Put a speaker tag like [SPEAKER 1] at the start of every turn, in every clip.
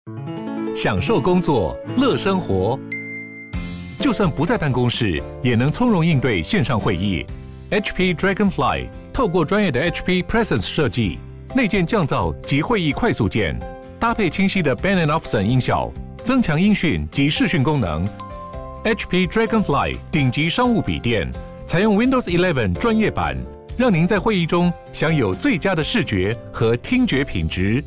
[SPEAKER 1] 享受工作，乐生活。就算不在办公室，也能从容应对线上会议。HP Dragonfly 透过专业的 HP Presence 设计，内建降噪及会议快速键，搭配清晰的 Bang & Olufsen 音效，增强音讯及视讯功能。HP Dragonfly 顶级商务笔电，采用 Windows 11专业版，让您在会议中享有最佳的视觉和听觉品质。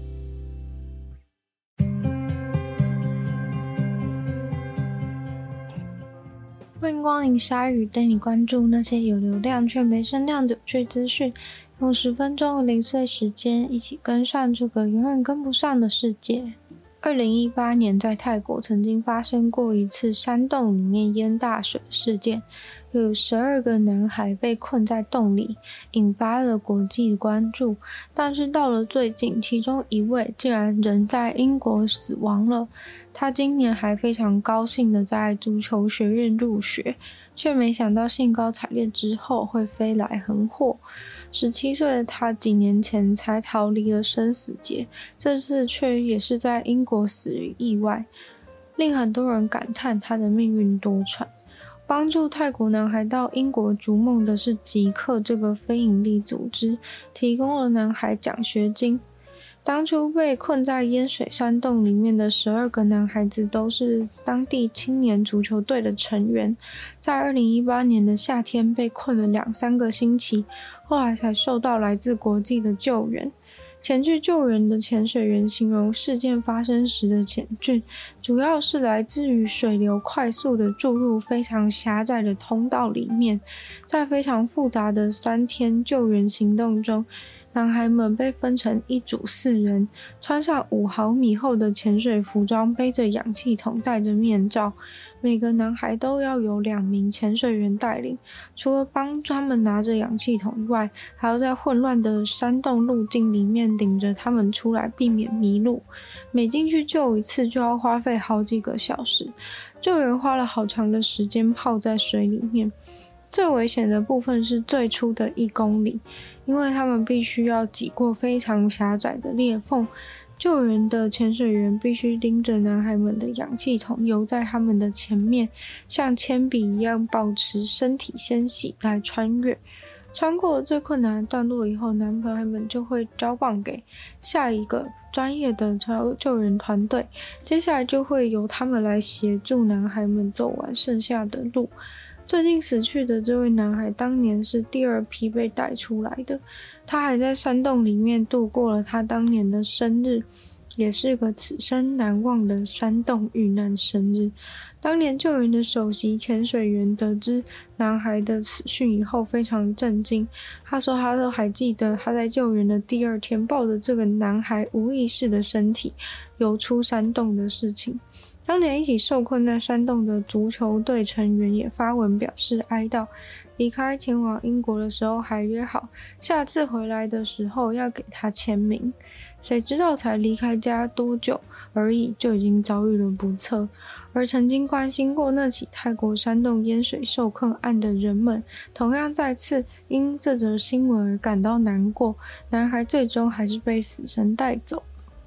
[SPEAKER 2] 欢迎光临鲨鱼，带你关注那些有流量却没声量的有趣资讯，用10分钟的零碎时间，一起跟上这个永远跟不上的世界。2018年在泰国曾经发生过一次山洞里面淹大水的事件，有12个男孩被困在洞里，引发了国际的关注。但是到了最近，其中一位竟然人在英国死亡了。他今年还非常高兴的在足球学院入学，却没想到兴高采烈之后会飞来横祸。17岁的他几年前才逃离了生死劫，这次却也是在英国死于意外，令很多人感叹他的命运多舛。帮助泰国男孩到英国逐梦的是极客这个非营利组织，提供了男孩奖学金。当初被困在淹水山洞里面的12个男孩子都是当地青年足球队的成员，在2018年的夏天被困了2-3个星期，后来才受到来自国际的救援。前去救援的潜水员形容事件发生时的险峻，主要是来自于水流快速的注入非常狭窄的通道里面。在非常复杂的3天救援行动中，男孩们被分成一组4人，穿上5毫米厚的潜水服装，背着氧气筒，戴着面罩。每个男孩都要由2名潜水员带领，除了帮他们拿着氧气筒以外，还要在混乱的山洞路径里面领着他们出来，避免迷路。每进去救一次就要花费好几个小时，救援花了好长的时间泡在水里面。最危险的部分是最初的1公里，因为他们必须要挤过非常狭窄的裂缝，救援的潜水员必须拎着男孩们的氧气筒游在他们的前面，像铅笔一样保持身体纤细来穿越。穿过了最困难的段落以后，男孩们就会交棒给下一个专业的救援团队，接下来就会由他们来协助男孩们走完剩下的路。最近死去的这位男孩当年是第2批被带出来的，他还在山洞里面度过了他当年的生日，也是个此生难忘的山洞遇难生日。当年救援的首席潜水员得知男孩的死讯以后非常震惊，他说他都还记得他在救援的第2天抱着这个男孩无意识的身体游出山洞的事情。当年一起受困在山洞的足球队成员也发文表示哀悼，离开前往英国的时候还约好下次回来的时候要给他签名，谁知道才离开家多久而已就已经遭遇了不测。而曾经关心过那起泰国山洞淹水受困案的人们，同样再次因这则新闻而感到难过，男孩最终还是被死神带走。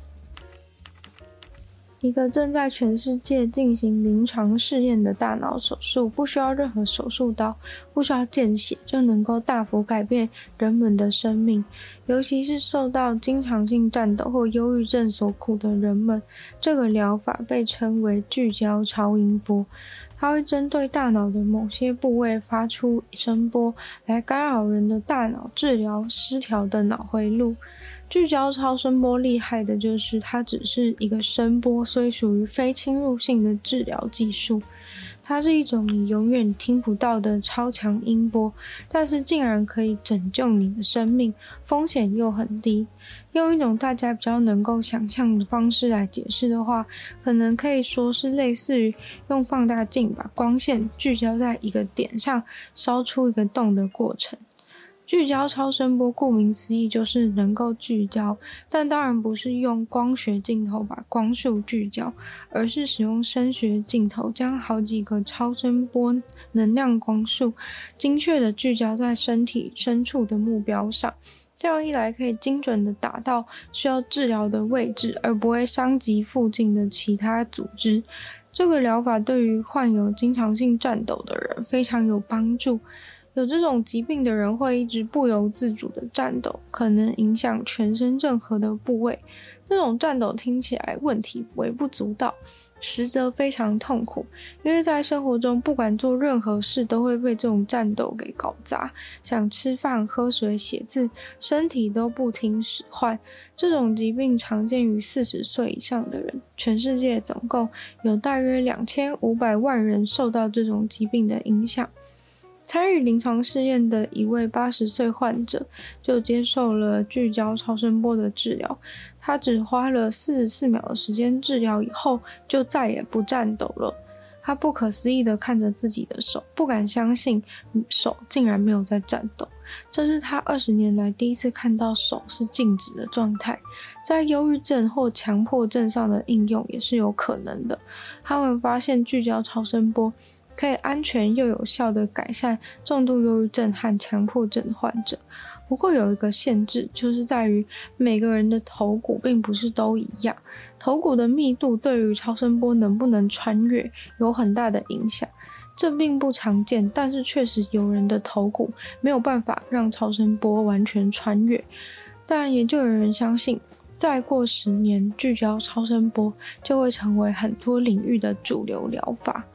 [SPEAKER 2] 一个正在全世界进行临床试验的大脑手术，不需要任何手术刀，不需要见血，就能够大幅改变人们的生命。尤其是受到经常性战斗或忧郁症所苦的人们，这个疗法被称为聚焦超音波。它会针对大脑的某些部位发出声波，来干扰人的大脑，治疗失调的脑回路。聚焦超声波厉害的就是它只是一个声波，所以属于非侵入性的治疗技术。它是一种你永远听不到的超强音波，但是竟然可以拯救你的生命，风险又很低。用一种大家比较能够想象的方式来解释的话，可能可以说是类似于用放大镜把光线聚焦在一个点上，烧出一个洞的过程。聚焦超声波顾名思义就是能够聚焦，但当然不是用光学镜头把光束聚焦，而是使用声学镜头将好几个超声波能量光束精确的聚焦在身体深处的目标上。 这样一来可以精准的打到需要治疗的位置，而不会伤及附近的其他组织。这个疗法对于患有经常性颤抖的人非常有帮助。有这种疾病的人会一直不由自主的颤抖，可能影响全身任何的部位。这种颤抖听起来问题微不足道，实则非常痛苦，因为在生活中不管做任何事都会被这种颤抖给搞砸，想吃饭、喝水、写字，身体都不听使唤。这种疾病常见于40岁以上的人，全世界总共有大约2500万人受到这种疾病的影响。参与临床试验的一位80岁患者就接受了聚焦超声波的治疗，他只花了44秒的时间治疗以后就再也不颤抖了。他不可思议地看着自己的手，不敢相信手竟然没有在颤抖。这是他20年来第一次看到手是静止的状态。在忧郁症或强迫症上的应用也是有可能的。他们发现聚焦超声波可以安全又有效地改善重度忧郁症和强迫症患者。不过有一个限制，就是在于每个人的头骨并不是都一样，头骨的密度对于超声波能不能穿越有很大的影响。这并不常见，但是确实有人的头骨没有办法让超声波完全穿越。但也就有人相信，再过10年，聚焦超声波就会成为很多领域的主流疗法。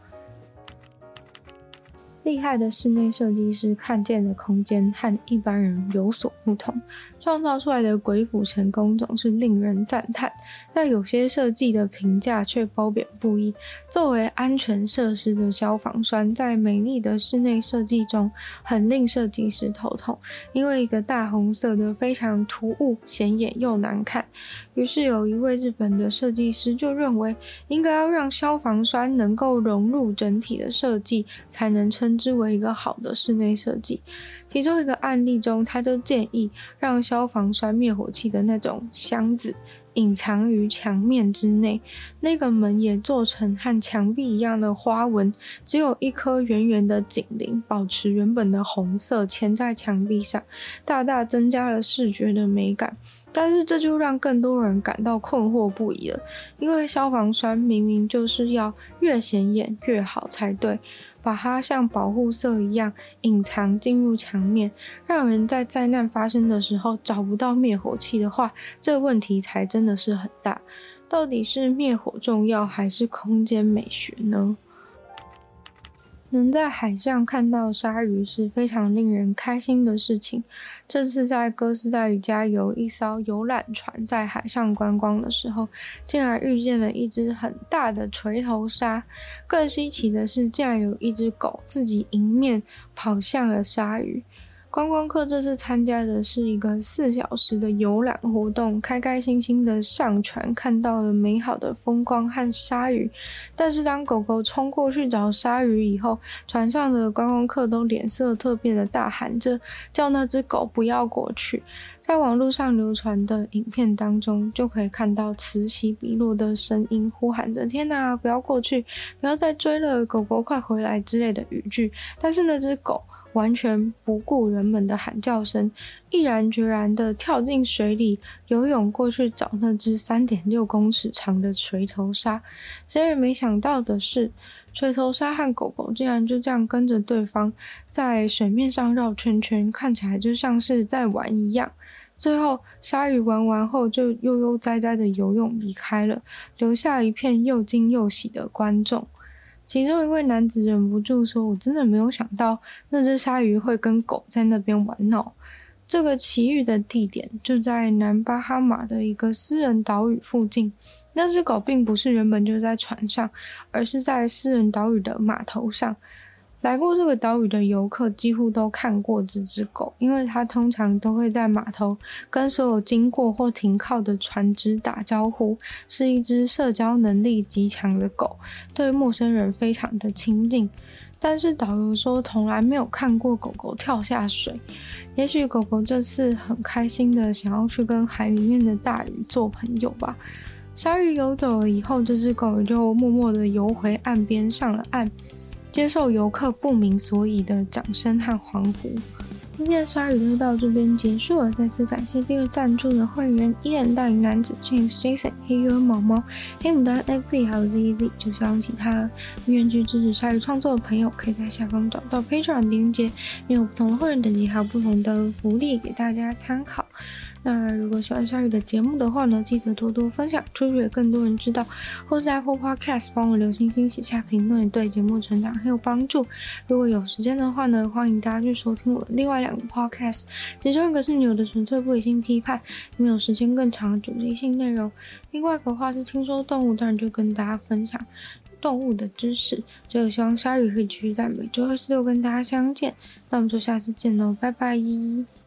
[SPEAKER 2] 厉害的室内设计师看见的空间和一般人有所不同，创造出来的鬼斧神工总是令人赞叹，但有些设计的评价却褒贬不一。作为安全设施的消防栓，在美丽的室内设计中很令设计师头痛，因为一个大红色的非常突兀、显眼又难看。于是有一位日本的设计师就认为，应该要让消防栓能够融入整体的设计，才能称之为一个好的室内设计。其中一个案例中，他就建议让消防栓灭火器的那种箱子隐藏于墙面之内，那个门也做成和墙壁一样的花纹，只有一颗圆圆的警铃，保持原本的红色嵌在墙壁上，大大增加了视觉的美感。但是这就让更多人感到困惑不已了，因为消防栓明明就是要越显眼越好才对，把它像保护色一样隐藏进入墙面，让人在灾难发生的时候找不到灭火器的话，这问题才真的是很大。到底是灭火重要还是空间美学呢？能在海上看到鲨鱼是非常令人开心的事情。这次在哥斯达黎加有一艘游览船在海上观光的时候，竟然遇见了一只很大的锤头鲨。更稀奇的是，竟然有一只狗自己迎面跑向了鲨鱼。观光客这次参加的是一个4小时的游览活动，开开心心的上船，看到了美好的风光和鲨鱼。但是当狗狗冲过去找鲨鱼以后，船上的观光客都脸色特别的大喊着，叫那只狗不要过去。在网络上流传的影片当中，就可以看到此起彼落的声音呼喊着天哪，不要过去，不要再追了，狗狗快回来之类的语句。但是那只狗完全不顾人们的喊叫声，毅然决然地跳进水里，游泳过去找那只3.6公尺长的锤头鲨。谁也没想到的是，锤头鲨和狗狗竟然就这样跟着对方在水面上绕圈圈，看起来就像是在玩一样。最后鲨鱼玩完后就悠悠哉哉地游泳离开了，留下一片又惊又喜的观众。其中一位男子忍不住说，我真的没有想到那只鲨鱼会跟狗在那边玩闹。这个奇遇的地点就在南巴哈马的一个私人岛屿附近。那只狗并不是原本就在船上，而是在私人岛屿的码头上。来过这个岛屿的游客几乎都看过这只狗，因为它通常都会在码头跟所有经过或停靠的船只打招呼，是一只社交能力极强的狗，对陌生人非常的亲近。但是导游说从来没有看过狗狗跳下水，也许狗狗这次很开心的想要去跟海里面的大鱼做朋友吧。鲨鱼游走了以后，这只狗就默默的游回岸边上了岸，接受游客不明所以的掌声和欢呼。 今天的鲨鱼就到这边结束了，再次感谢订阅赞助的会员Ian、大龄男子、James、Jason、KU、毛毛、黑牡丹、XZ 还有 ZZ， 就希望其他愿去支持鲨鱼创作的朋友，可以在下方找到 Patreon 连结，里有不同的会员等级，还有不同的福利给大家参考。那如果喜欢鲨鱼的节目的话呢，记得多多分享出去给更多人知道，或是在 Apple Podcast 帮我留星星写下评论，对节目成长很有帮助。如果有时间的话呢，欢迎大家去收听我的另外2个 Podcast， 其中一个是女友的纯粹不理性批判，里面有时间更长的主题性内容，另外一个话是听说动物，当然就跟大家分享动物的知识。就希望鲨鱼可以继续在每周26跟大家相见，那我们就下次见喽，拜拜。